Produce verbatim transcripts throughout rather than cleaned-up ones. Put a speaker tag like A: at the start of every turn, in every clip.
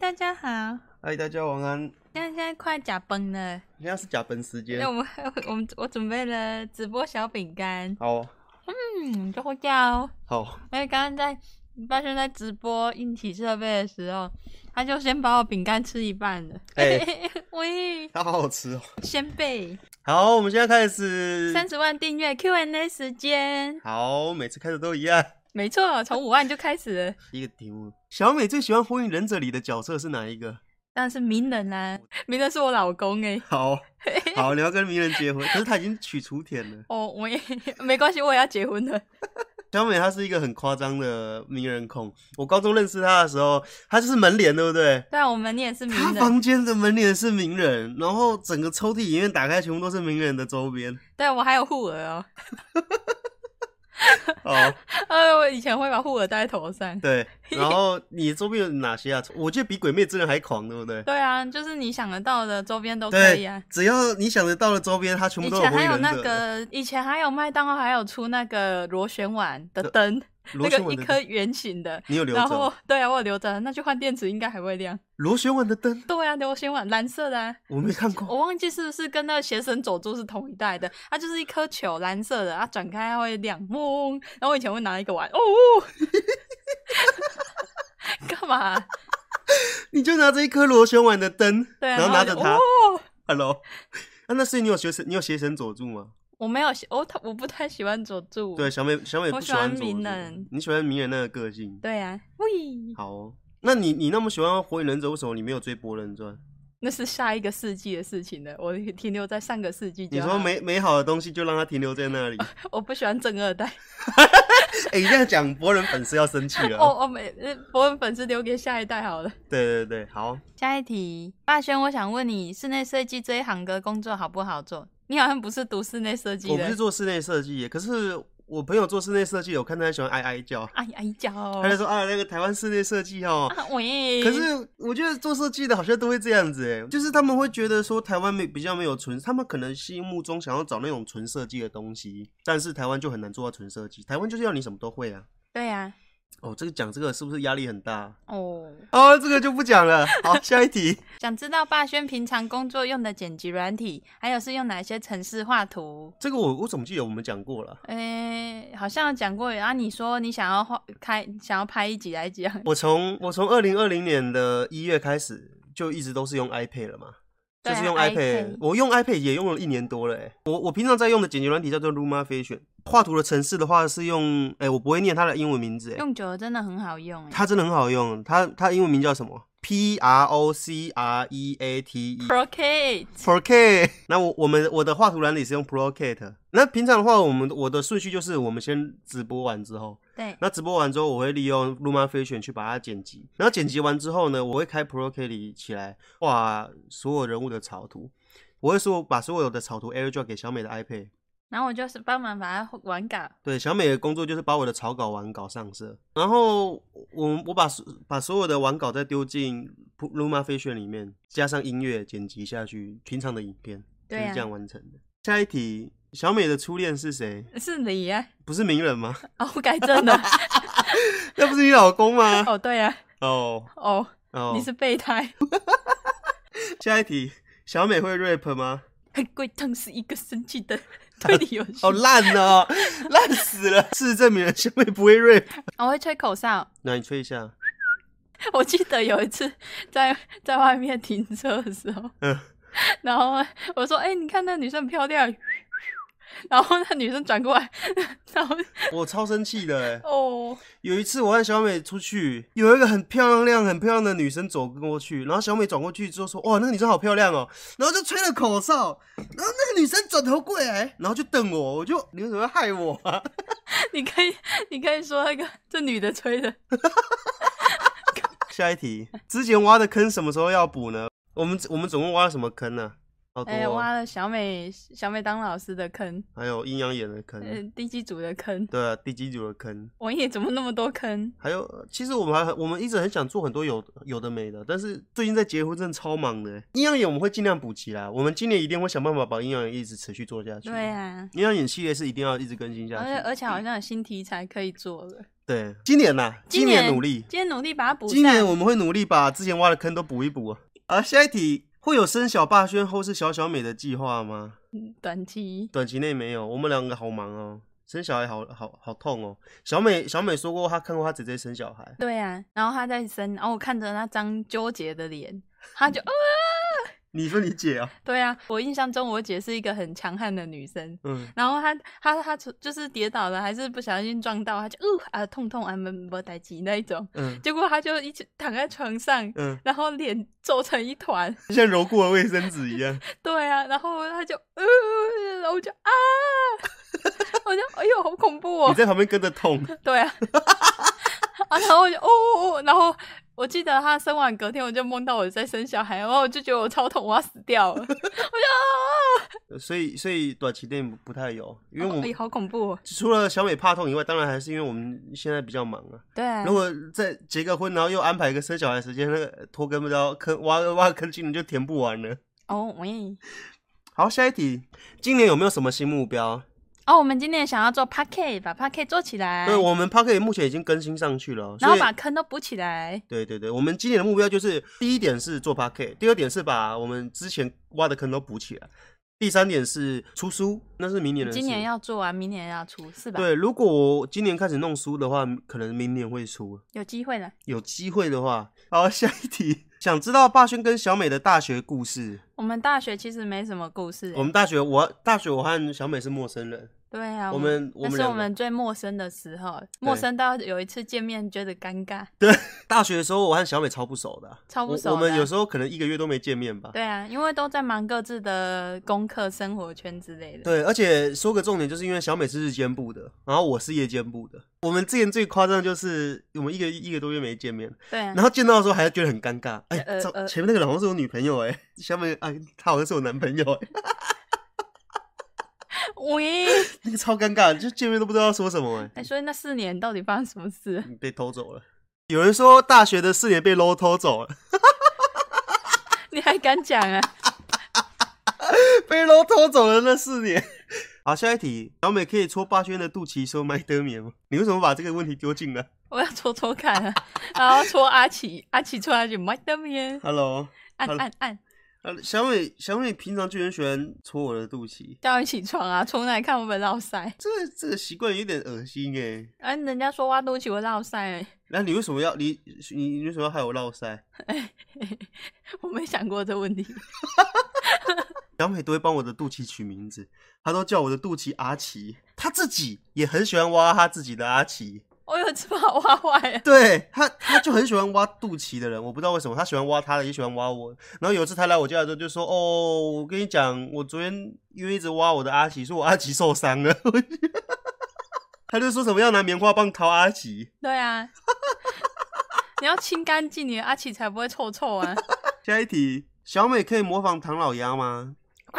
A: 大家好。
B: 嗨，大家晚安。
A: 现在现在快假崩了，
B: 现在是假崩时间。
A: 因为我们我们我准备了直播小饼干。
B: 好，
A: 嗯，就会叫。
B: 好。
A: 因为刚刚在发现在直播硬体设备的时候，他就先把我饼干吃一半了。哎、欸，喂，
B: 它好好吃哦，
A: 鲜贝。
B: 好，我们现在开始
A: 三十万订阅 Q and A 时间。
B: 好，每次开始都一样。
A: 没错，从五万就开始了。
B: 第一个题目，小美最喜欢《火影忍者》里的角色是哪一个？
A: 当然是鸣人啦、啊，鸣人是我老公哎、欸。
B: 好，好，你要跟鸣人结婚，可是他已经娶雏田了。
A: 哦，我也没关系，我也要结婚了。
B: 小美她是一个很夸张的鸣人控。我高中认识她的时候，她就是门帘，对不对？
A: 对啊，我门帘是鸣人。
B: 她房间的门帘是鸣人，然后整个抽屉里面打开全部都是鸣人的周边。
A: 对，我还有护耳哦。
B: 哦，
A: 呃，我以前会把护耳戴在头上。
B: 对，然后你的周边有哪些啊？我记得比鬼灭之刃还狂，对不对？
A: 对啊，就是你想得到的周边都可以啊。
B: 只要你想得到的周边，它全部都有。
A: 以前还有那个，以前还有麦当劳还有出那个螺旋丸的灯。那个一颗圆形的，
B: 你有留着？
A: 然后对啊，我有留着，那去换电池应该还会亮。
B: 螺旋丸的灯？
A: 对啊，螺旋丸蓝色的啊。
B: 我没看过，
A: 我忘记是不是跟那个邪神佐助是同一代的。它就是一颗球，蓝色的，它转开它会亮，嗡。然后我以前会拿一个玩，哦，干嘛？
B: 你就拿着一颗螺旋丸的灯，
A: 对啊，
B: 然后拿着它。
A: 哦
B: Hello， 啊，那所以你有邪神，你有邪神佐助吗？
A: 我没有，我我不太喜欢佐助。
B: 对，小美小美不喜欢佐助。
A: 我喜欢鸣人。
B: 你喜欢鸣人那个个性？
A: 对啊，喂。
B: 好、哦，那你你那么喜欢火影忍者，为什么你没有追博人传？
A: 那是下一个世纪的事情了，我停留在上个世纪就好。
B: 你说美美好的东西就让它停留在那里。
A: 我不喜欢正二代。
B: 哎、欸，你这样讲，博人粉丝要生气了。
A: 哦哦，没，博人粉丝留给下一代好了。
B: 对对对，好。
A: 下一题，霸轩，我想问你，室内设计这一行的工作好不好做？你好像不是读室内设计的。
B: 我不是做室内设计，可是我朋友做室内设计，我看他喜欢哀哀叫，
A: 哀哀叫，
B: 他就说啊，那个台湾室内设计哦、
A: 啊，喂。
B: 可是我觉得做设计的好像都会这样子哎，就是他们会觉得说台湾没比较没有纯，他们可能心目中想要找那种纯设计的东西，但是台湾就很难做到纯设计，台湾就是要你什么都会啊。
A: 对啊。
B: 哦，这个讲这个是不是压力很大？
A: 哦，
B: 哦，这个就不讲了。好，下一题。
A: 想知道霸轩平常工作用的剪辑软体，还有是用哪些程式画图？
B: 这个我我怎么记得我们讲过了？
A: 诶、欸，好像有讲过啊。你说你想要画开，想要拍一集来讲。
B: 我从我从二零二零年的一月开始，就一直都是用 iPad 了嘛。就是用 iPad，, iPad 我用 iPad 也用了一年多了欸。我我平常在用的剪辑软体叫做 LumaFusion， 画图的程式的话是用，哎、欸，我不会念它的英文名字欸。
A: 用久了真的很好用欸。
B: 它真的很好用，它它英文名叫什么 ？P R O C R E A T E。Procreate。Procreate。那我我们我的画图软体是用 Procreate。那平常的话，我们我的顺序就是我们先直播完之后。
A: 对，
B: 那直播完之后，我会利用 LumaFusion 去把它剪辑，然后剪辑完之后呢，我会开 Procreate 起来画所有人物的草图，我会说把所有的草图 AirDrop 给小美的 iPad，
A: 然后我就是帮忙把它完稿。
B: 对，小美的工作就是把我的草稿完稿上色，然后我我把把所有的完稿再丢进 LumaFusion 里面，加上音乐剪辑下去，平常的影片就是这样完成的。啊、下一题。小美的初恋是谁？
A: 是你啊。
B: 不是鸣人吗？
A: 哦，我改正了。
B: 那不是你老公吗？
A: 哦，对啊。
B: 哦
A: 哦
B: 哦，
A: 你是备胎。
B: 下一题，小美会 rap 吗？
A: 很贵汤是一个生气的推理游戏。
B: 好烂哦，烂死了！事实证明了，小美不会 rap。
A: 我会吹口哨。
B: 那你吹一下。
A: 我记得有一次在在外面停车的时候，嗯，然后我说：“哎、欸，你看那女生很漂亮。”然后那女生转过来，然后
B: 我超生气的哎！
A: 哦，
B: 有一次我和小美出去，有一个很漂亮、很漂亮的女生走过去，然后小美转过去之后说：“哇，那个女生好漂亮哦！”然后就吹了口哨，然后那个女生转头过来，然后就瞪我，我就你为什么要害我啊？
A: 你可以，你可以说那个这女的吹的。
B: 下一题，之前挖的坑什么时候要补呢？我们我们总共挖了什么坑呢、啊？
A: 哎、欸，挖了小美小美当老师的坑，
B: 还有阴阳眼的坑，
A: 呃，地基组的坑，
B: 对啊，地基组的坑。
A: 我也怎么那么多坑？
B: 还有，其实我们还我们一直很想做很多有有的没的，但是最近在结婚真的超忙的。阴阳眼我们会尽量补齐啦，我们今年一定会想办法把阴阳眼一直持续做下去。
A: 对啊，
B: 阴阳眼系列是一定要一直更新下去，
A: 而且而且好像有新题材可以做了。
B: 对，今年啦，今年努力，
A: 今年努力把它补上。
B: 今年我们会努力把之前挖的坑都补一补啊。啊，下一题，会有生小霸轩或是小小美的计划吗？
A: 短期
B: 短期内没有，我们两个好忙哦。生小孩好好好痛哦！小美小美说过，她看过她姐姐生小孩。
A: 对啊，然后她在生，然后我看着那张纠结的脸，她就啊。
B: 你说你姐啊？
A: 对啊，我印象中我姐是一个很强悍的女生，
B: 嗯，
A: 然后她她她就是跌倒了，还是不小心撞到，她就呃啊痛痛啊没没代志那一种，嗯，结果她就一直躺在床上，嗯，然后脸皱成一团，
B: 像揉过的卫生纸一样。
A: 对啊，然后她就呃，然后我就啊，我就哎呦好恐怖哦！
B: 你在旁边跟着痛。
A: 对啊，啊然后我就哦哦，然后。我记得她生完隔天我就梦到我在生小孩，然后我就觉得我超痛，我要死掉了。我就啊，
B: 所以所以短期内不太有，因为我们、
A: 哦、好恐怖、哦。
B: 除了小美怕痛以外，当然还是因为我们现在比较忙啊。
A: 对啊。
B: 如果再结个婚，然后又安排一个生小孩的时间，那个拖根不知道坑挖挖坑今年就填不完了。
A: 哦喂。
B: 好，下一题，今年有没有什么新目标？
A: 哦，我们今年想要做 Podcast， 把 Podcast 做起来。
B: 对，我们 Podcast 目前已经更新上去了，
A: 然后把坑都补起来。
B: 对对对，我们今年的目标就是第一点是做 Podcast， 第二点是把我们之前挖的坑都补起来，第三点是出书，那是明年的事。
A: 今年要做完，明年要出，是吧？
B: 对，如果我今年开始弄书的话，可能明年会出。
A: 有机会了。
B: 有机会的话，好，下一题，想知道霸轩跟小美的大学故事。
A: 我们大学其实没什么故事、欸。
B: 我们大学，我大学我和小美是陌生人。
A: 对啊，
B: 我们我们
A: 那是我们最陌生的时候，陌生到有一次见面觉得尴尬。
B: 对，大学的时候我和小美超不熟的、啊，
A: 超不熟的、啊
B: 我。我们有时候可能一个月都没见面吧。
A: 对啊，因为都在忙各自的功课、生活圈之类的。
B: 对，而且说个重点，就是因为小美是日间部的，然后我是夜间部的。我们之前最夸张的就是我们一个一个多月没见面，
A: 对、啊，
B: 然后见到的时候还觉得很尴尬。哎、欸
A: 呃呃，
B: 前面那个人好像是我女朋友哎、欸，小美哎，他好像是我男朋友哎、欸。
A: 喂，
B: 那个超尴尬，就见面都不知道说什么哎、欸。
A: 哎、欸，所以那四年到底发生什么事？
B: 被偷走了。有人说大学的四年被 low 偷走了，
A: 你还敢讲啊？
B: 被 low 偷走了那四年。好，下一题，小美可以戳霸轩的肚脐说麦德棉吗？你为什么把这个问题丢进来？
A: 我要戳戳看啊，然后戳阿奇，阿奇戳下去麦德棉。
B: Hello，
A: 按按按。
B: 小美，小美平常就很喜欢戳我的肚脐，
A: 叫你起床啊，戳来看我们落腮。
B: 这个这个习惯有点恶心哎、欸。
A: 啊，人家说挖肚脐会落腮哎。
B: 那你为什么要你你你为什么要害我落腮？
A: 哎，我没想过这问题。
B: 小美都会帮我的肚脐取名字，她都叫我的肚脐阿奇，她自己也很喜欢挖她自己的阿奇。
A: 我有一次把我挖坏了。
B: 对他，他就很喜欢挖肚脐的人，我不知道为什么，他喜欢挖他的，也喜欢挖我。然后有一次他来我家的时候就说：“哦，我跟你讲，我昨天因为一直挖我的阿奇，说我阿奇受伤了。”他就说什么要拿棉花棒掏阿奇。
A: 对啊，你要清干净你的阿奇才不会臭臭啊。
B: 下一题，小美可以模仿唐老鸭吗？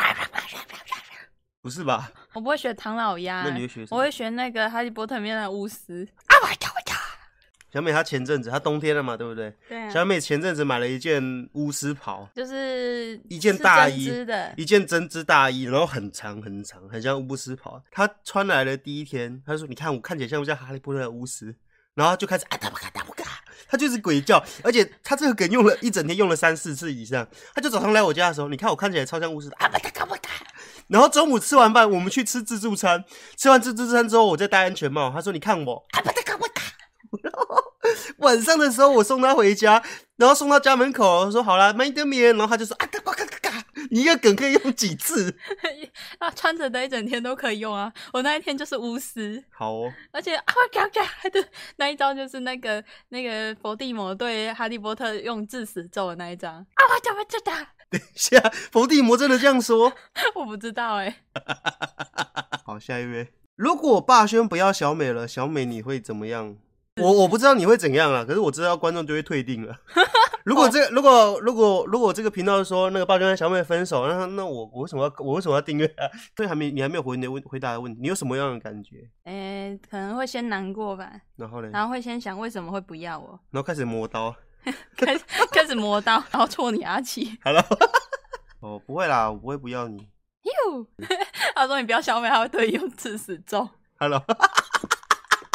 B: 不是吧？
A: 我不会学唐老鸭，
B: 那你会学什么？
A: 我会学那个哈利波特里面的巫师。
B: 小美她前阵子，她冬天了嘛，对不对？
A: 对、啊。
B: 小美前阵子买了一件巫师袍，
A: 就是
B: 一件大衣，
A: 针织的
B: 一件针织大衣，然后很长很长，很像巫师袍。她穿来的第一天，她说：“你看我看起来像不像哈利波特的巫师？”然后她就开始啊哒不嘎哒不嘎，她就是鬼叫，而且她这个梗用了一整天，用了三四次以上。她就早上来我家的时候，你看我看起来超像巫师的啊不嘎不嘎。然后中午吃完饭，我们去吃自助餐，吃完自助餐之后，我再戴安全帽。她说：“你看我啊不嘎不嘎。”然后晚上的时候，我送她回家，然后送到家门口，我说：“好啦，麦德棉。”然后她就说：“啊嘎嘎嘎嘎。”你一个梗可以用几次？
A: 啊，穿着的一整天都可以用啊！我那一天就是巫师。
B: 好哦。
A: 而且啊嘎嘎的那一招就是那个那个伏地魔对哈利波特用致死咒的那一招。啊嘎嘎嘎嘎。
B: 等一下，伏地魔真的这样说？
A: 我不知道哎、
B: 欸。好，下一位。如果霸轩不要小美了，小美你会怎么样？我我不知道你会怎样啊，可是我知道观众就会退订了。如果这个、如果如果如果这个频道说那个霸轩和小美分手，那那我我为什么要我为什么要订阅啊？所以还没你还没有回你的问回答的问题，你有什么样的感觉？
A: 诶、欸，可能会先难过吧。
B: 然后呢？
A: 然后会先想为什么会不要我，
B: 然后开始磨刀，
A: 开始开始磨刀，然后戳你阿奇。
B: 好了，哦，不会啦，我不会不要你。
A: 哟，他说你不要小美，他会对你用致死咒。
B: Hello，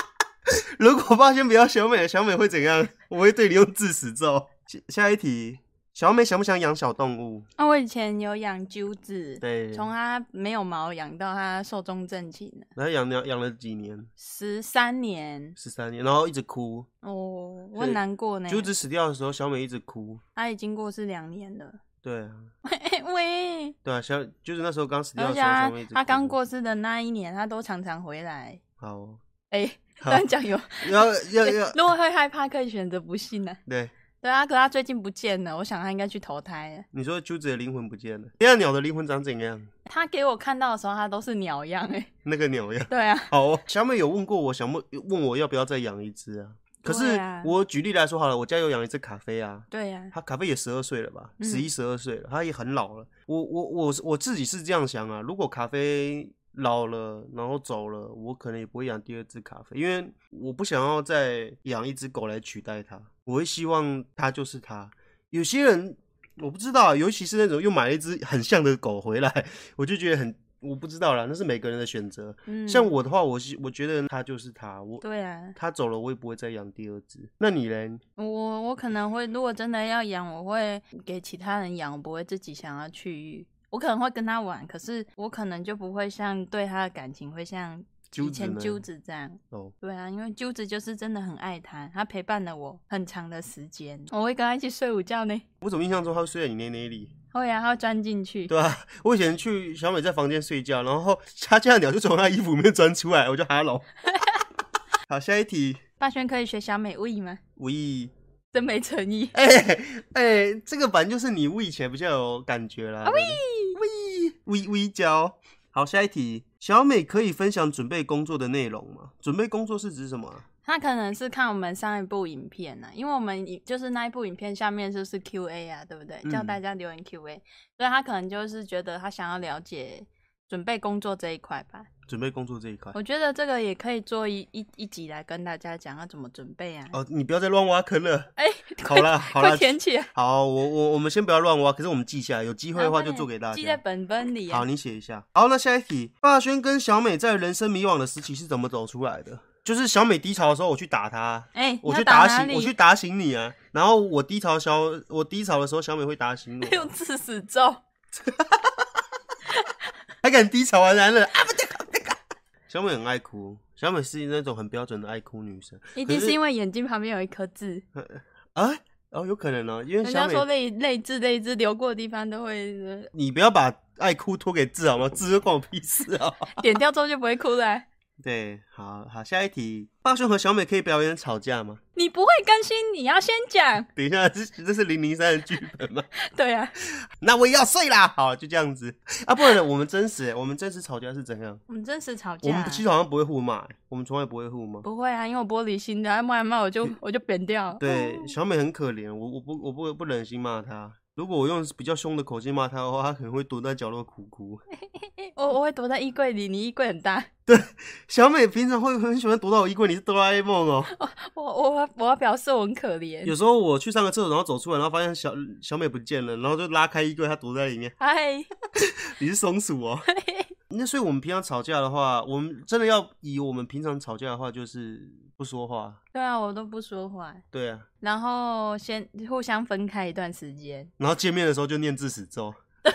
B: 如果霸轩不要小美，小美会怎样？我会对你用致死咒。下一题，小美想不想养小动物？
A: 啊，我以前有养鸠子，
B: 对，
A: 从它没有毛养到它寿终正寝了。
B: 然后养养养了几年？
A: 十三年。
B: 十三年，然后一直哭。
A: 哦，我很难过呢。
B: 鸠子死掉的时候，小美一直哭。
A: 它已经过世两年了。
B: 对啊。
A: 喂。
B: 对啊，小就是那时候刚死掉的时候，小美一直哭。
A: 他刚过世的那一年，他都常常回来。
B: 好。
A: 哎、欸，这样讲有
B: 要要要，
A: 如果会害怕，可以选择不信啊。
B: 对。
A: 对啊，可他最近不见了，我想他应该去投胎了。
B: 你说鸠子的灵魂不见了？那样鸟的灵魂长怎样？
A: 他给我看到的时候，他都是鸟样哎、欸。
B: 那个鸟样。
A: 对啊。
B: 好、哦，小美有问过我，想问问我要不要再养一只啊？可是我举例来说好了，我家有养一只咖啡啊。
A: 对啊。
B: 他咖啡也十二岁了吧？十一、十二岁了，他也很老了。我我我我自己是这样想啊，如果咖啡老了然后走了，我可能也不会养第二只咖啡，因为我不想要再养一只狗来取代它。我会希望它就是它。有些人我不知道，尤其是那种又买了一只很像的狗回来，我就觉得很，我不知道啦，那是每个人的选择。嗯，像我的话，我我觉得它就是它。我
A: 对啊，
B: 它走了，我也不会再养第二只。那你嘞？
A: 我我可能会，如果真的要养，我会给其他人养，我不会自己想要去。我可能会跟他玩，可是我可能就不会像对他的感情会像以前鸠子这样。哦，对啊，因为鸠子就是真的很爱他，他陪伴了我很长的时间，我会跟他一起睡午觉呢。
B: 我怎么印象中他会睡在你内内里？
A: 会啊，他会钻进去。
B: 对啊，我以前去小美在房间睡觉，然后他家的鸟就从他衣服里面钻出来，我就哈喽。好，下一题。
A: 霸轩可以学小美喂吗？
B: 喂。
A: 真没诚意。
B: 哎哎、欸欸，这个版就是你喂起来比较有感觉啦。
A: 啊喂
B: 喂喂喂教。好，下一题，小美可以分享准备工作的内容吗？准备工作是指什么啊？
A: 他可能是看我们上一部影片啊，因为我们就是那一部影片下面就是 Q A 啊，对不对？嗯、叫大家留言 Q A， 所以他可能就是觉得他想要了解准备工作这一块吧。
B: 准备工作这一块，
A: 我觉得这个也可以做一一一集来跟大家讲要怎么准备啊。
B: 哦，你不要再乱挖坑了。
A: 哎、欸，
B: 好啦好啦，
A: 快填起来。
B: 好，我我我们先不要乱挖，可是我们记下来，有机会的话就做给大家。
A: 记在本本里、啊。
B: 好，你写一下。好，那下一题，霸轩跟小美在人生迷惘的时期是怎么走出来的？就是小美低潮的时候，我去打她，哎、欸，我去打醒，我去打醒你啊。然后我低潮小，我低潮的时候，小美会打醒我。
A: 用致死咒，
B: 还敢低潮啊，男人啊！不对，不对。小美很爱哭，小美是那种很标准的爱哭女生，
A: 一定是因为眼睛旁边有一颗痣
B: 啊。哦，有可能哦，因为小美
A: 人家说泪泪痣泪痣流过的地方都会。
B: 你不要把爱哭拖给痣好吗？痣就关我屁事啊！
A: 点掉之后就不会哭了。
B: 对，好好，下一题，霸轩和小美可以表演吵架吗？
A: 你不会更新，你要先讲。
B: 等一下，这这是零零三的剧本吗？
A: 对啊。
B: 那我也要睡啦。好，就这样子啊，不然我们真实，我们真实吵架是怎样？
A: 我们真实吵架，
B: 我们其实好像不会互骂，我们从来不会互骂。
A: 不会啊，因为我玻璃心的，骂一骂我就我就扁掉。
B: 对，小美很可怜，我我不我不不忍心骂她。如果我用比较凶的口气骂她的话，她可能会躲在角落哭哭。
A: 我我会躲在衣柜里，你衣柜很大。
B: 对，小美平常会很喜欢躲到我衣柜，你是哆啦 A 梦哦。
A: 我我我要表示我很可怜。
B: 有时候我去上个厕所，然后走出来，然后发现小小美不见了，然后就拉开衣柜，她躲在里面。嗨，你是松鼠哦。那所以我们平常吵架的话，我们真的要以我们平常吵架的话，就是不说话。
A: 对啊，我都不说话。
B: 对啊。然
A: 后先互相分开一段时间，
B: 然后见面的时候就念致死咒。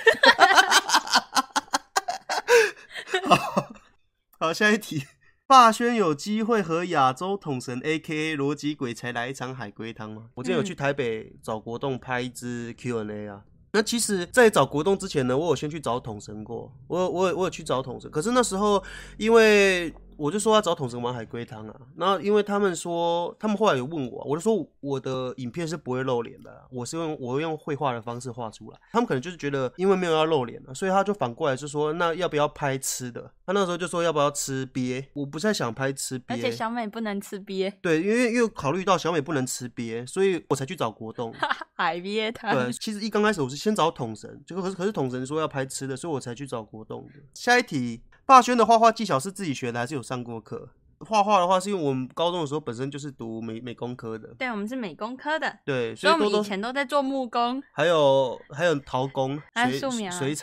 B: 好, 好，下一题。霸轩有机会和亚洲统神 A K A 逻辑鬼才来一场海龟汤吗？我之前有去台北找国栋拍一支 Q and A 啊。那其实在找国栋之前呢，我有先去找统神过，我有我有我有去找统神，可是那时候因为我就说要找统神玩海龟汤啊，然后因为他们说，他们后来有问我，我就说我的影片是不会露脸的啦，我是用我会用绘画的方式画出来，他们可能就是觉得因为没有要露脸了，所以他就反过来就说那要不要拍吃的，他那时候就说要不要吃鳖，我不太想拍吃鳖，
A: 而且小美不能吃鳖，
B: 对，因为又考虑到小美不能吃鳖，所以我才去找国栋
A: 海鳖汤。
B: 对，其实一刚开始我是先找统神，结果可是可是统神说要拍吃的，所以我才去找国栋的。下一题，霸轩的画画技巧是自己学的还是有上过课？画画的话是因为我们高中的时候本身就是读美美工科的，
A: 对，我们是美工科的，
B: 对，
A: 所以我们以前都在做木工，
B: 还有还有陶工、
A: 还有素描、
B: 水彩。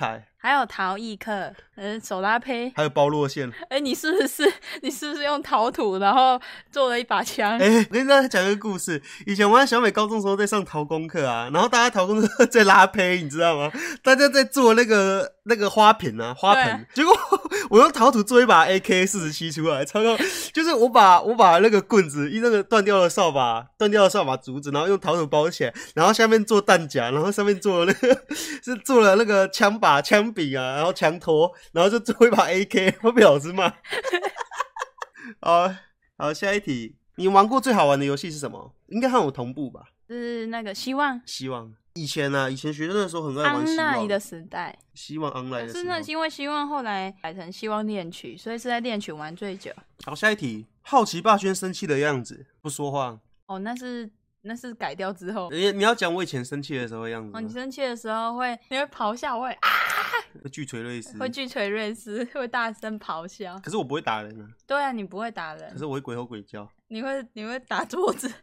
A: 还有陶艺课，呃，手拉胚，
B: 还有包络线。
A: 哎、欸，你是不是你是不是用陶土然后做了一把枪？
B: 哎、欸，我跟大家讲一个故事。以前我在小美高中的时候在上陶工课啊，然后大家陶工课在拉胚，你知道吗？大家在做那个那个花瓶啊，花盆。啊、结果我用陶土做一把 A K 四十七出来，超高！就是我把我把那个棍子，一那个断掉的扫把，断掉的扫把竹子，然后用陶土包起来，然后下面做弹夹，然后上面做了那个是做了那个枪把、枪柄啊，然后枪托，然后就做一把 A K， 会被老师骂。好好，下一题，你玩过最好玩的游戏是什么？应该和我同步吧？
A: 是那个希望。
B: 希望。以前啊，以前学生的时候很爱玩希望
A: online 的时代，
B: 希望 online 的时候。
A: 是那因为希望后来改成希望恋曲，所以是在恋曲玩最久。
B: 好，下一题，好奇霸轩生气的样子，不说话。
A: 哦，那是那是改掉之后。
B: 你你要讲我以前生气的时候的样子。
A: 哦，你生气的时候会，你会咆哮，会啊，
B: 会巨锤瑞斯，
A: 会巨锤瑞斯，会大声咆哮。
B: 可是我不会打人啊。
A: 对啊，你不会打人。
B: 可是我会鬼吼鬼叫。
A: 你会你会打桌子。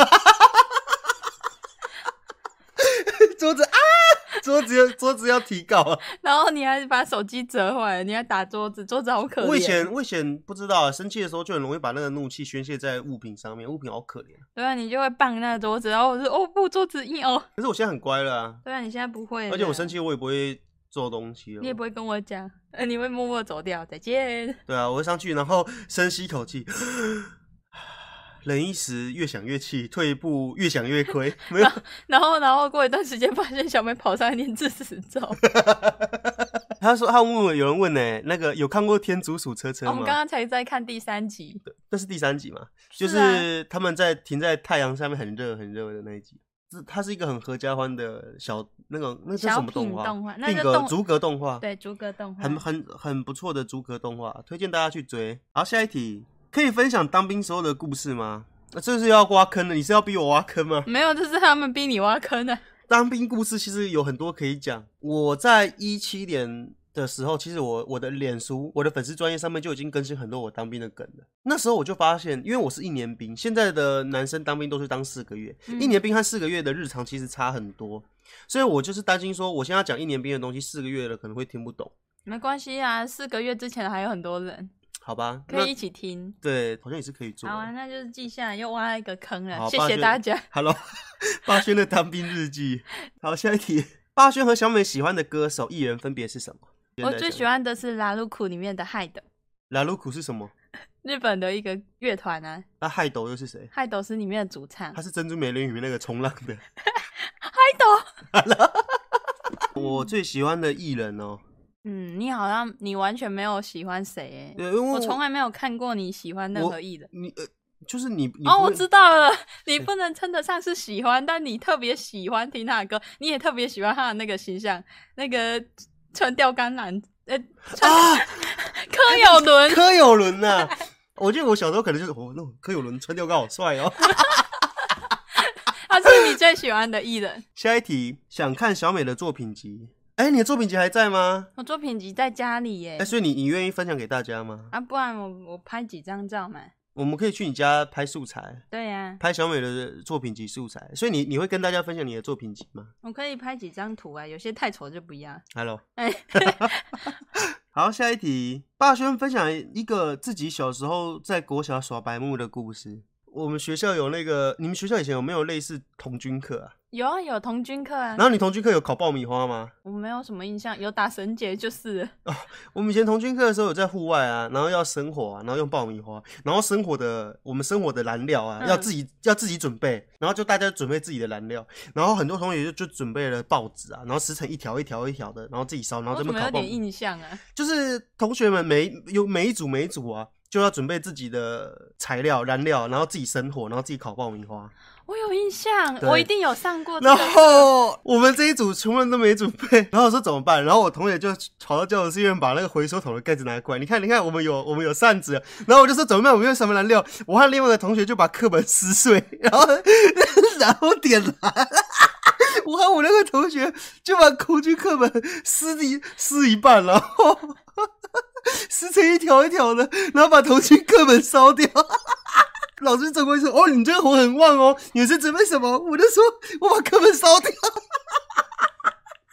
B: 桌子啊，桌子要桌子要提高啊，
A: 然后你还把手机折坏了，你还打桌子，桌子好可怜。
B: 我以前我以前不知道啊，生气的时候就很容易把那个怒气宣泄在物品上面，物品好可怜。
A: 对啊，你就会棒那个桌子，然后我就哦不，桌子硬哦。
B: 可是我现在很乖了啊。
A: 对啊，你现在不会。
B: 而且我生气我也不会做东西了，
A: 你也不会跟我讲，呃，你会默默走掉，再见。
B: 对啊，我会上去，然后深吸一口气。忍一时，越想越气；退一步，越想越亏。没有，
A: 然后，然后过一段时间，发现小美跑上来念字词咒。
B: 他说：“他问我，有人问呢、欸，那个有看过《天竺鼠车车》吗？”
A: 我们刚刚才在看第三集，
B: 这是第三集嘛？
A: 是啊、
B: 就是他们在停在太阳下面很热很热的那一集。它是一个很合家欢的小那个那是什么动画？
A: 动画，
B: 那个逐格动画，
A: 对，逐格动画，
B: 很很很不错的逐格动画，推荐大家去追。好，下一题。可以分享当兵时候的故事吗？这是要挖坑的，你是要逼我挖坑吗？
A: 没有，这是他们逼你挖坑的。
B: 当兵故事其实有很多可以讲。我在一七年的时候，其实我我的脸书、我的粉丝专页上面就已经更新很多我当兵的梗了。那时候我就发现，因为我是一年兵，现在的男生当兵都是当四个月，嗯、一年兵和四个月的日常其实差很多，所以我就是担心说，我现在讲一年兵的东西，四个月了可能会听不懂。
A: 没关系啊，四个月之前还有很多人。
B: 好吧，
A: 可以一起听。
B: 对，好像也是可以做。
A: 好啊，那就是记下来，又挖了一个坑了。谢谢大家。
B: Hello， 霸轩的当兵日记。好，下一题。霸轩和小美喜欢的歌手艺人分别是什么？
A: 我最喜欢的是拉鲁库里面的海斗。
B: 拉鲁库是什么？
A: 日本的一个乐团啊。
B: 那海斗又是谁？
A: 海斗是里面的主唱。
B: 他是珍珠美人鱼里面那个冲浪的。
A: 海斗。
B: 我最喜欢的艺人哦。
A: 嗯，你好像你完全没有喜欢谁诶，我从来没有看过你喜欢任何艺人。
B: 你呃，就是你, 你
A: 哦，我知道了，你不能称得上是喜欢，但你特别喜欢听他的歌，你也特别喜欢他的那个形象，那个穿吊杆男，呃，啊，柯有伦，
B: 柯有伦呐，我记得我小时候可能就是哦，那种柯有伦穿吊杆好帅哦。
A: 他是你最喜欢的艺人。
B: 下一题，想看小美的作品集。哎、欸，你的作品集还在吗？
A: 我作品集在家里耶。
B: 哎、欸，所以你你愿意分享给大家吗？
A: 啊，不然我我拍几张照嘛。
B: 我们可以去你家拍素材。
A: 对呀、啊，
B: 拍小美的作品集素材。所以你你会跟大家分享你的作品集吗？
A: 我可以拍几张图啊，有些太丑就不要。
B: Hello。
A: 哎，
B: 好，下一题，霸轩分享一个自己小时候在国小耍白目的故事。我们学校有那个，你们学校以前有没有类似童军课啊？
A: 有啊，有童军课啊。
B: 然后你童军课有烤爆米花吗？
A: 我没有什么印象，有打绳结就是了。
B: 哦，我们以前童军课的时候有在户外啊，然后要生火啊，然后用爆米花，然后生火的我们生火的燃料啊，嗯、要自己要自己准备，然后就大家准备自己的燃料，然后很多同学就就准备了报纸啊，然后撕成一条一条一条的，然后自己烧，然后这么烤爆米花。
A: 我怎么有点印象啊？
B: 就是同学们每有每一组每一组啊，就要准备自己的材料燃料，然后自己生火，然后自己烤爆米花。
A: 我有印象，我一定有上过、这
B: 个。然后我们这一组全部人都没准备，然后我说怎么办？然后我同学就跑到教室医院把那个回收桶的盖子拿过来，你看，你看，我们有我们有扇子。然后我就说怎么办？我们用什么燃料？我和另外一个同学就把课本撕碎，然后然后点燃。我和我那个同学就把空军课本撕一撕一半，然后撕成一条一条的，然后把童军课本烧掉。老师走过来说：“哦，你这个火很旺哦，你是准备什么？”我就说：“我把课本烧掉。”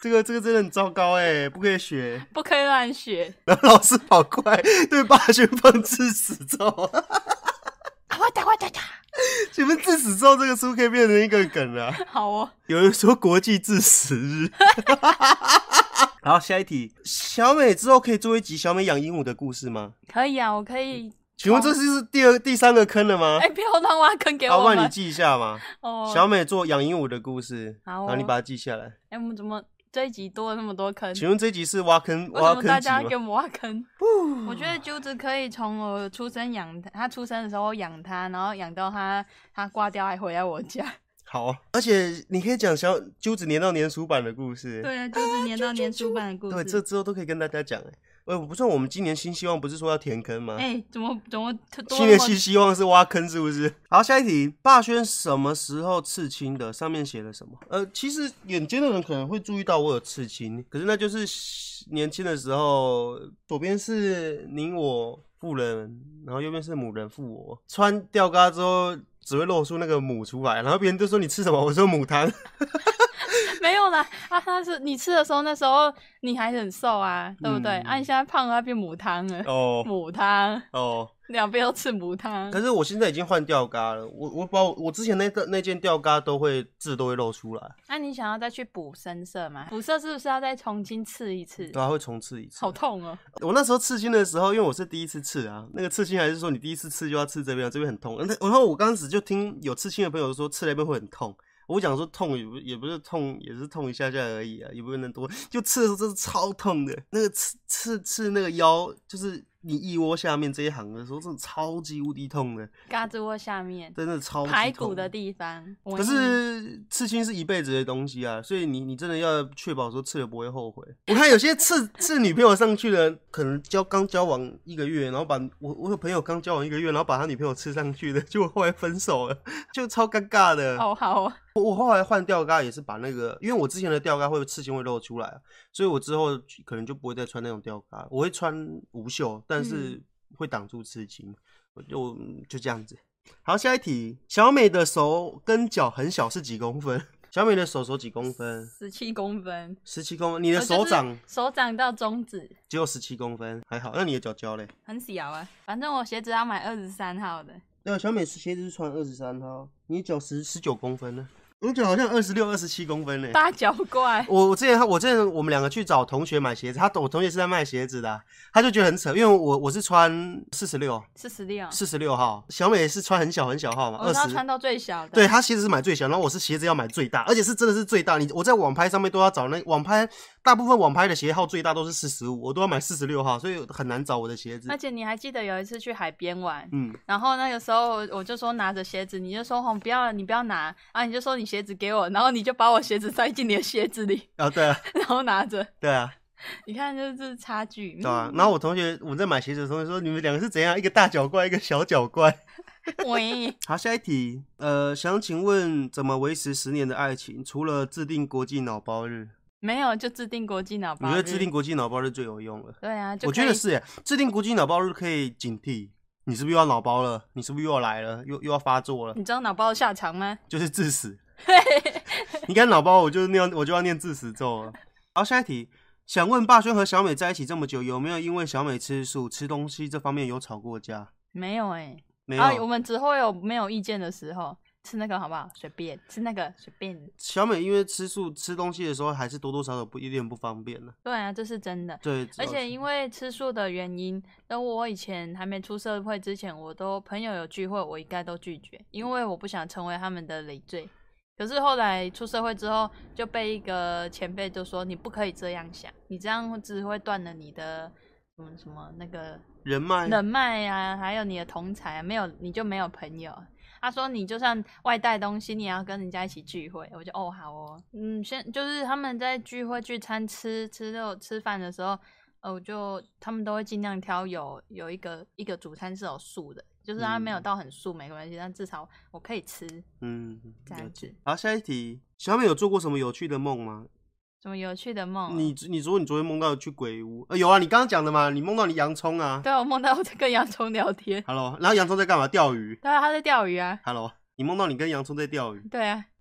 B: 这个这个真的很糟糕哎，不可以学，
A: 不可以乱学。
B: 然后老师跑过来对霸轩放致死咒。
A: 快打快打打！
B: 请问致死咒这个书可以变成一个梗啊？
A: 好哦。
B: 有人说国际致死日。好，下一题，小美之后可以做一集小美养鹦鹉的故事吗？
A: 可以啊，我可以。
B: 请问这是第二、第三个坑了吗？
A: 哎、欸，不要乱挖坑给我们。
B: 好，不然你记一下嘛。
A: 哦，
B: 小美做养鹦鹉的故事，
A: 好、哦，
B: 然后你把它记下来。
A: 哎、欸，我们怎么这一集多了那么多坑？
B: 请问这一集是挖坑？
A: 为什么大家给我们挖坑？我觉得揪子可以从我出生养他，他出生的时候养他，然后养到他他挂掉还回来我家。
B: 好、啊，而且你可以讲小揪子年到年书版的故事。
A: 对啊，揪子年到年书版的故事。
B: 对，这之后都可以跟大家讲哎。呃，不算我们今年新希望不是说要填坑吗？
A: 哎、欸，怎么怎么
B: 新年新希望是挖坑是不是？好，下一题，霸轩什么时候刺青的？上面写了什么？呃，其实眼尖的人可能会注意到我有刺青，可是那就是年轻的时候，左边是您我妇人，然后右边是母人妇我，穿吊嘎之后只会露出那个母出来，然后别人就说你吃什么？我说母汤。
A: 没有啦，啊，他是你吃的时候，那时候你还很瘦啊，对不对？嗯、啊，你现在胖了，变母汤了。哦，母汤。哦，两边都吃母汤。
B: 可是我现在已经换吊嘎了，我我把我我之前那个那件吊嘎都会字都会露出来。
A: 那、啊、你想要再去补深色吗？补色是不是要再重新刺一次？
B: 对啊，会重刺一次。
A: 好痛哦！
B: 我那时候刺青的时候，因为我是第一次刺啊，那个刺青还是说你第一次刺就要刺这边，这边很痛。然后我刚开始就听有刺青的朋友说刺那边会很痛。我讲说痛也不也不是痛，也是痛一下下而已啊，也不能多。就刺的时候真是超痛的，那个刺刺刺那个腰，就是你腋窝下面这一行的时候，真的超级无敌痛的。
A: 胳肢窝下面，
B: 真的超级痛。
A: 排骨的地方。
B: 可是刺青是一辈子的东西啊，所以你你真的要确保说刺了不会后悔。我看有些刺刺女朋友上去的，可能交刚交往一个月，然后把我我有朋友刚交往一个月，然后把他女朋友刺上去的，结果后来分手了，就超尴尬的。
A: 哦，好啊。
B: 我我后来换吊嘎也是把那个，因为我之前的吊嘎会刺青会露出来，所以我之后可能就不会再穿那种吊嘎，我会穿无袖，但是会挡住刺青，嗯、我就就这样子。好，下一题，小美的手跟脚很小是几公分？小美的手手几公分？
A: 十七公分。
B: 十七公分，你的手掌、呃就是、
A: 手掌到中指
B: 只有十七公分，还好。那你的脚脚嘞？
A: 很小啊，反正我鞋子要买二十三号的。
B: 对，小美鞋子是穿二十三号，你脚十十九公分呢。我脚好像二十六、二十七公分呢，
A: 大脚怪。
B: 我我之前我之前我们两个去找同学买鞋子，他我同学是在卖鞋子的、啊，他就觉得很扯，因为我我是穿四十六，
A: 四十六，
B: 四十六号，小美是穿很小很小号嘛，
A: 我要穿到最小的。
B: 对，他鞋子是买最小，然后我是鞋子要买最大，而且是真的是最大。你我在网拍上面都要找那网拍，大部分网拍的鞋号最大都是四十五，我都要买四十六号，所以很难找我的鞋子。
A: 而且你还记得有一次去海边玩，嗯，然后那个时候我就说拿着鞋子，你就说哦不要了，你不要拿啊，你就说你鞋子给我，然后你就把我鞋子塞进你的鞋子里
B: 啊，对啊，
A: 然后拿着，
B: 对啊，
A: 你看就是差距，
B: 对啊。然后我同学我在买鞋子的时候说，你们两个是怎样，一个大脚怪，一个小脚怪。
A: 喂，
B: 好，下一题，呃，想请问怎么维持十年的爱情？除了制定国际脑包日，
A: 没有就制定国际脑包日。
B: 我觉得制定国际脑包日最有用了。
A: 对啊，就
B: 我觉得是耶，制定国际脑包日可以警惕。你是不是又要脑包了？你是不是又要来了？又又要发作了？
A: 你知道脑包的下场吗？
B: 就是致死。你敢脑包，我就念，我就要念致死咒了。好，下一题，想问霸轩和小美在一起这么久，有没有因为小美吃素、吃东西这方面有吵过架？
A: 没有哎、欸，
B: 没有。
A: 啊，我们只会有没有意见的时候。吃那个好不好？随便吃那个随便。
B: 小美因为吃素吃东西的时候，还是多多少少不有点不方便了。
A: 对啊，这是真的。
B: 对，
A: 而且因为吃素的原因，等我以前还没出社会之前，我都朋友有聚会，我应该都拒绝，因为我不想成为他们的累赘。可是后来出社会之后，就被一个前辈就说：“你不可以这样想，你这样只会断了你的什么什么那个
B: 人脉、
A: 人脉啊，还有你的同侪啊，没有你就没有朋友。”他说你就算外带东西，你也要跟人家一起聚会。我就哦好哦，嗯，先就是他们在聚会聚餐吃吃肉吃饭的时候，呃，我就他们都会尽量挑有有一个一个主餐是有素的，就是他没有到很素、嗯、没关系，但至少我可以吃。嗯，这样子。
B: 好，下一题，小美有做过什么有趣的梦吗？
A: 什么有趣的梦？
B: 你你说你昨天梦到去鬼屋、呃、有啊，你刚刚讲的嘛，你梦到你洋葱啊。
A: 对啊，我梦到我在跟洋葱聊天。
B: Hello， 然后洋葱在干嘛？钓鱼。
A: 对啊，他在钓鱼啊。
B: Hello， 你梦到你跟洋葱在钓鱼。
A: 对啊。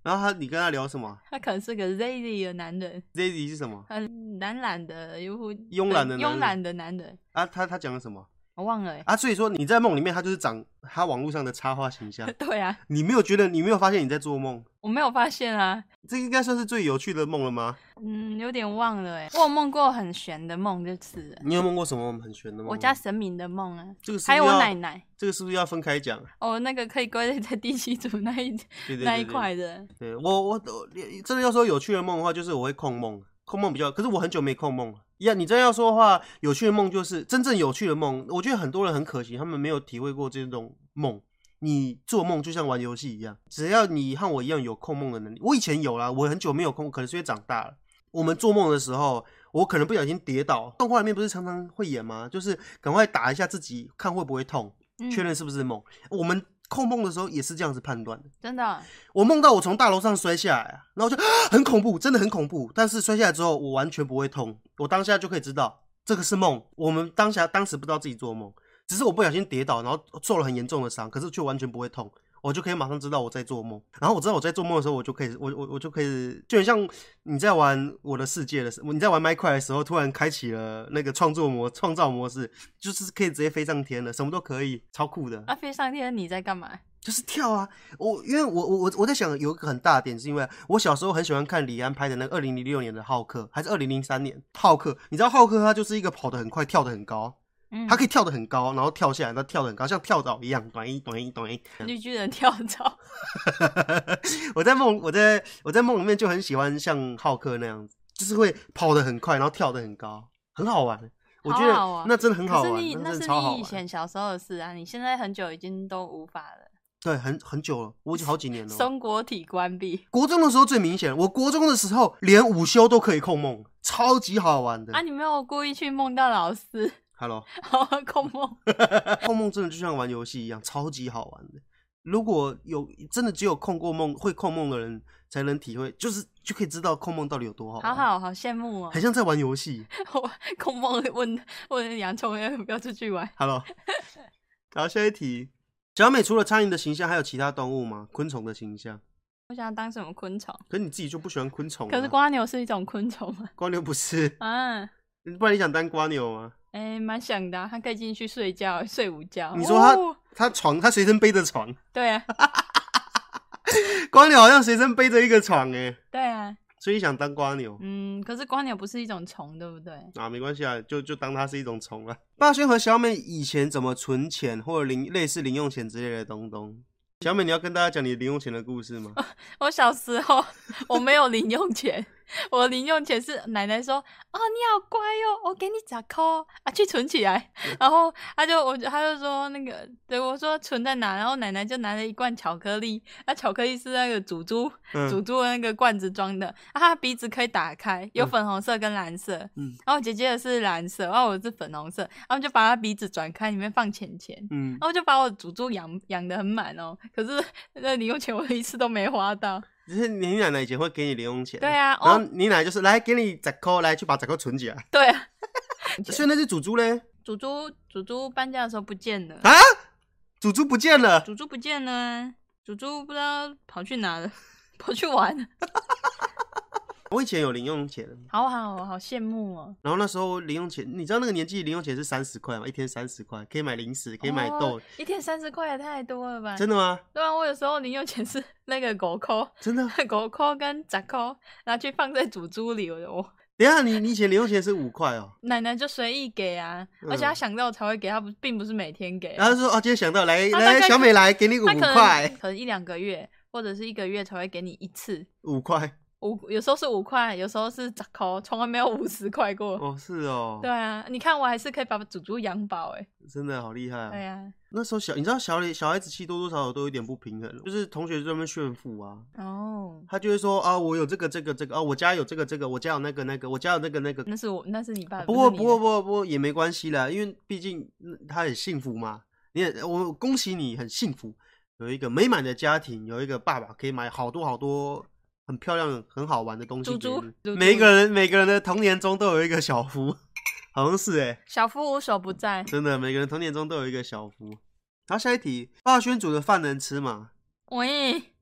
B: 然后他你跟他聊什么？
A: 他可能是个 lazy 的男人。
B: lazy 是什么？
A: 很懒懒的，又
B: 慵懒的
A: 慵懒的男人
B: 啊。他他讲了什么？
A: 我忘了、欸、
B: 啊。所以说你在梦里面，他就是长他网络上的插画形象。
A: 对啊，
B: 你没有觉得你没有发现你在做梦？
A: 我没有发现啊。
B: 这应该算是最有趣的梦了吗？
A: 嗯，有点忘了哎、欸。我有梦过很玄的梦，就是了。
B: 你有梦过什么很玄的梦？
A: 我家神明的梦啊，
B: 这个是不是
A: 还有我奶奶。
B: 这个是不是要分开讲？
A: 哦，那个可以归类在第七组那一对对对对那一块的。
B: 对我我真的要说有趣的梦的话，就是我会控梦，控梦比较，可是我很久没控梦了。呀，你真要说的话，有趣的梦就是真正有趣的梦。我觉得很多人很可惜，他们没有体会过这种梦。你做梦就像玩游戏一样，只要你和我一样有控梦的能力。我以前有啦，我很久没有控，可能是因为长大了。我们做梦的时候，我可能不小心跌倒，动画里面不是常常会演吗？就是赶快打一下自己，看会不会痛，确认是不是梦。嗯、我们控梦的时候也是这样子判断的。
A: 真的、啊，
B: 我梦到我从大楼上摔下来，然后就很恐怖，真的很恐怖。但是摔下来之后，我完全不会痛，我当下就可以知道这个是梦。我们当下当时不知道自己做梦。只是我不小心跌倒，然后受了很严重的伤，可是却完全不会痛，我就可以马上知道我在做梦。然后我知道我在做梦的时候，我就可以，我我我就可以，就很像你在玩我的世界的时候，你在玩 Minecraft 的时候，突然开启了那个创作模创造模式，就是可以直接飞上天了，什么都可以，超酷的。
A: 啊，飞上天你在干嘛？
B: 就是跳啊！我因为我我我在想有一个很大的点，是因为我小时候很喜欢看李安拍的那个二零零六年的浩克，还是二零零三年浩克？你知道浩克他就是一个跑得很快，跳得很高。他可以跳得很高，然后跳下来，他跳得很高，像跳蚤一样，短一短一短一。
A: 绿巨人跳蚤。
B: 我在梦，我在我在梦里面就很喜欢像浩克那样子，就是会跑得很快，然后跳得很高，很好玩。我觉得那真的很好玩。
A: 可是你
B: 那
A: 是你以前小时候的事啊，你现在很久已经都无法了。
B: 对，很很久了，我已经好几年了。
A: 松果体关闭。
B: 国中的时候最明显，我国中的时候连午休都可以控梦，超级好玩的。
A: 啊，你没有故意去梦到老师？
B: Hello，
A: 控梦，
B: 控梦真的就像玩游戏一样，超级好玩的。如果有真的只有控过梦、会控梦的人才能体会，就是就可以知道控梦到底有多好玩。
A: 好好好羡慕哦，
B: 很像在玩游戏。
A: 我控梦问问洋葱要不要出去玩。
B: Hello， 好，下一题。小美除了苍蝇的形象，还有其他动物吗？昆虫的形象？
A: 我想当什么昆虫？
B: 可是你自己就不喜欢昆虫、啊。
A: 可是蝸牛是一种昆虫吗？
B: 蝸牛不是
A: 啊。
B: 不然你想当蝸牛吗？
A: 哎、欸，蛮想的、啊，他可以进去睡觉，睡午觉。
B: 你说他、
A: 哦、
B: 他床，他随身背着床。
A: 对啊，
B: 蝸牛好像随身背着一个床哎、欸。
A: 对啊，
B: 所以想当蝸牛。
A: 嗯，可是蝸牛不是一种虫，对不对？
B: 啊，没关系啊，就就当它是一种虫啊。霸轩和小美以前怎么存钱或者零类似零用钱之类的东东？小美，你要跟大家讲你零用钱的故事吗？
A: 我小时候我没有零用钱，我的零用钱是奶奶说：“哦，你好乖哦，我给你十块啊，去存起来。”然后他就我他就说那个对我说存在哪，然后奶奶就拿了一罐巧克力，啊，巧克力是那个煮猪煮猪的那个罐子装的，啊，它鼻子可以打开，有粉红色跟蓝色，嗯，然后我姐姐的是蓝色，然后我是粉红色，然后就把它鼻子转开，里面放钱钱，嗯，然后就把我煮猪养养得很满哦。可是那零用钱我一次都没花到。
B: 只是你奶奶以前会给你零用钱，
A: 对啊，
B: 然后你奶奶就是、哦、来给你十块，来去把十块存起来。
A: 对啊，
B: 所以那只祖猪嘞？
A: 祖猪祖猪搬家的时候不见了
B: 啊！祖猪不见了，
A: 祖猪不见了，祖猪不知道跑去哪了，跑去玩了。
B: 我以前有零用钱，
A: 好好好羡慕哦。
B: 然后那时候零用钱，你知道那个年纪零用钱是三十块吗？一天三十块，可以买零食，可以买豆。
A: 哦、一天三十块也太多了吧？
B: 真的吗？
A: 对啊，我有时候零用钱是那个五块，
B: 真的
A: 五块跟十块，拿去放在煮猪里哦。
B: 等一下，你你以前零用钱是五块哦？
A: 奶奶就随意给啊，嗯、而且她想到才会给，她不并不是每天给、啊。
B: 然后说哦，今天想到来来，小美来给你五块，
A: 可能一两个月或者是一个月才会给你一次
B: 五块。
A: 五有时候是五块，有时候是十块，从来没有五十块过。
B: 哦，是哦。
A: 对啊，你看我还是可以把祖祖养饱哎，
B: 真的好厉害啊！
A: 对啊，
B: 那时候小，你知道小小孩子气多多少少都有点不平衡，就是同学在那边炫富啊。哦。他就会说啊，我有这个这个这个啊，我家有这个这个，我家有那个那个，我家有那个那个。
A: 那是我，那是你爸爸。
B: 不过不过不过不过也没关系啦，因为毕竟他很幸福嘛。你也我恭喜你很幸福，有一个美满的家庭，有一个爸爸可以买好多好多。很漂亮很好玩的东西给你，每个人每个人的童年中都有一个小夫，好像是哎、欸，
A: 小夫无所不在，
B: 真的，每个人童年中都有一个小夫。然后下一题，霸轩煮的饭能吃吗？
A: 喂，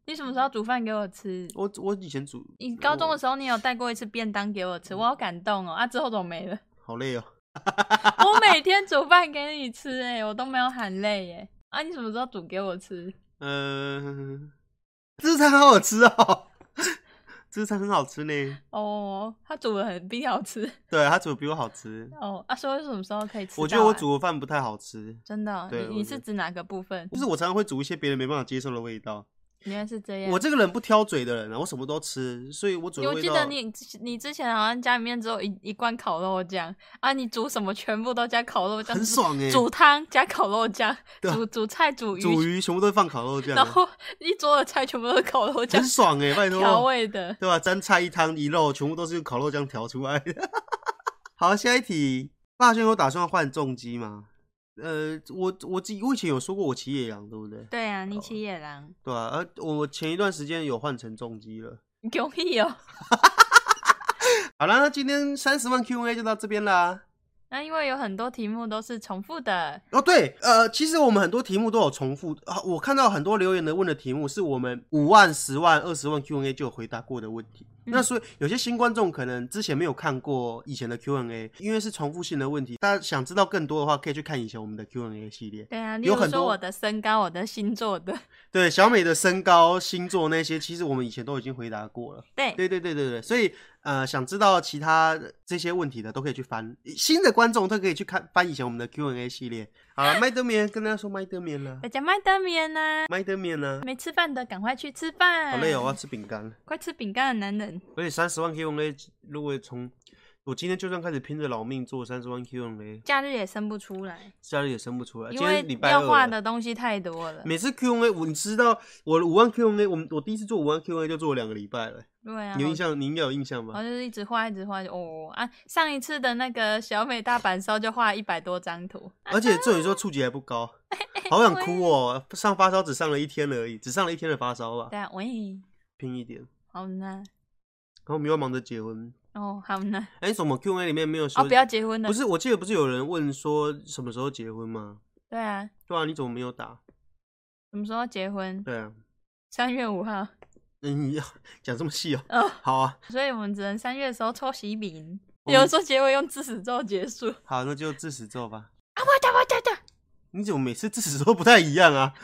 A: 你什么时候煮饭给我吃？
B: 我我以前煮，
A: 你高中的时候你有带过一次便当给我吃，我好感动哦。啊，之后怎么没了？
B: 好累哦。
A: 我每天煮饭给你吃，哎，我都没有喊累耶。啊，你什么时候煮给我吃？
B: 嗯、呃，这餐好好吃哦。这餐很好吃呢。
A: 哦，他煮的很比你好吃。
B: 对，他煮的比我好吃。
A: 哦，啊，所以什么时候可以吃到、啊？
B: 我觉得我煮的饭不太好吃。
A: 真的、哦？
B: 对，
A: 你你是指哪个部分？
B: 就是我常常会煮一些别人没办法接受的味道。
A: 原来是这样。
B: 我这个人不挑嘴的人啊，我什么都吃，所以我煮的味道。
A: 我记得你你之前好像家里面只有一一罐烤肉酱啊，你煮什么全部都加烤肉酱，
B: 很爽哎、欸。
A: 煮汤加烤肉酱，煮煮菜煮鱼，
B: 煮鱼全部都放烤肉酱，
A: 然后一桌的菜全部都是烤肉酱，
B: 很爽哎、欸，拜托。
A: 调味的，
B: 对吧？沾菜一汤一肉，全部都是用烤肉酱调出来的。好，下一题，霸轩有打算换重机吗？呃，我我自己我以前有说过我骑野狼，对不对？
A: 对啊，你骑野狼，哦、
B: 对啊，而、呃、我前一段时间有换成重机了，
A: 容易哦。
B: 好啦，那今天三十万 Q and A 就到这边啦。
A: 那因为有很多题目都是重复的
B: 哦，对，呃，其实我们很多题目都有重复。啊、我看到很多留言的问的题目是我们五万、十万、二十万 Q and A 就有回答过的问题。嗯、那所以有些新观众可能之前没有看过以前的 Q and A， 因为是重复性的问题，大家想知道更多的话，可以去看以前我们的 Q and A 系列。
A: 对啊，例如说我的身高、我的星座的，
B: 对，小美的身高、星座那些，其实我们以前都已经回答过了。
A: 对，
B: 对对对对对，所以呃，想知道其他这些问题的都可以去翻，新的观众都可以去看翻以前我们的 Q and A 系列。好了，麦德棉跟大家说麦德棉了，
A: 大家麦德棉呢？
B: 麦德棉呢？
A: 没吃饭的赶快去吃饭。
B: 好累哦，我要吃饼干。
A: 快吃饼干的男人。
B: 而且三十万 Q and A， 如果从我今天就算开始拼着老命做三十万 Q and A，
A: 假日也生不出来，
B: 假日也生不出来，
A: 因为要画的东西太多了。
B: 每次 Q and A， 我你知道我五万 Q and A， 我我第一次做五万 Q and A 就做了两个礼拜了。
A: 对啊，
B: 你有印象？你应该有印象吧？
A: 我就是一直画，一直画，哦啊！上一次的那个小美大阪烧就画一百多张图，
B: 而且这里说触及还不高，好想哭哦！上发烧只上了一天而已，只上了一天的发烧吧。
A: 对啊，喂，
B: 拼一点。
A: 好难。然
B: 后我们又忙着结婚。
A: 哦，好难。
B: 哎、欸，什么 Q and A 里面没有说？
A: 哦，不要结婚了。
B: 不是，我记得不是有人问说什么时候结婚吗？
A: 对啊。
B: 对啊，你怎么没有打？
A: 什么时候结婚？
B: 对啊。
A: 三月五号。
B: 嗯，你要讲这么细哦、
A: 喔？哦，
B: 好啊。
A: 所以我们只能三月的时候抽喜饼。有时候结尾用致死咒结束。
B: 好，那就致死咒吧。
A: 啊，我的我的的。
B: 你怎么每次致死咒不太一样啊？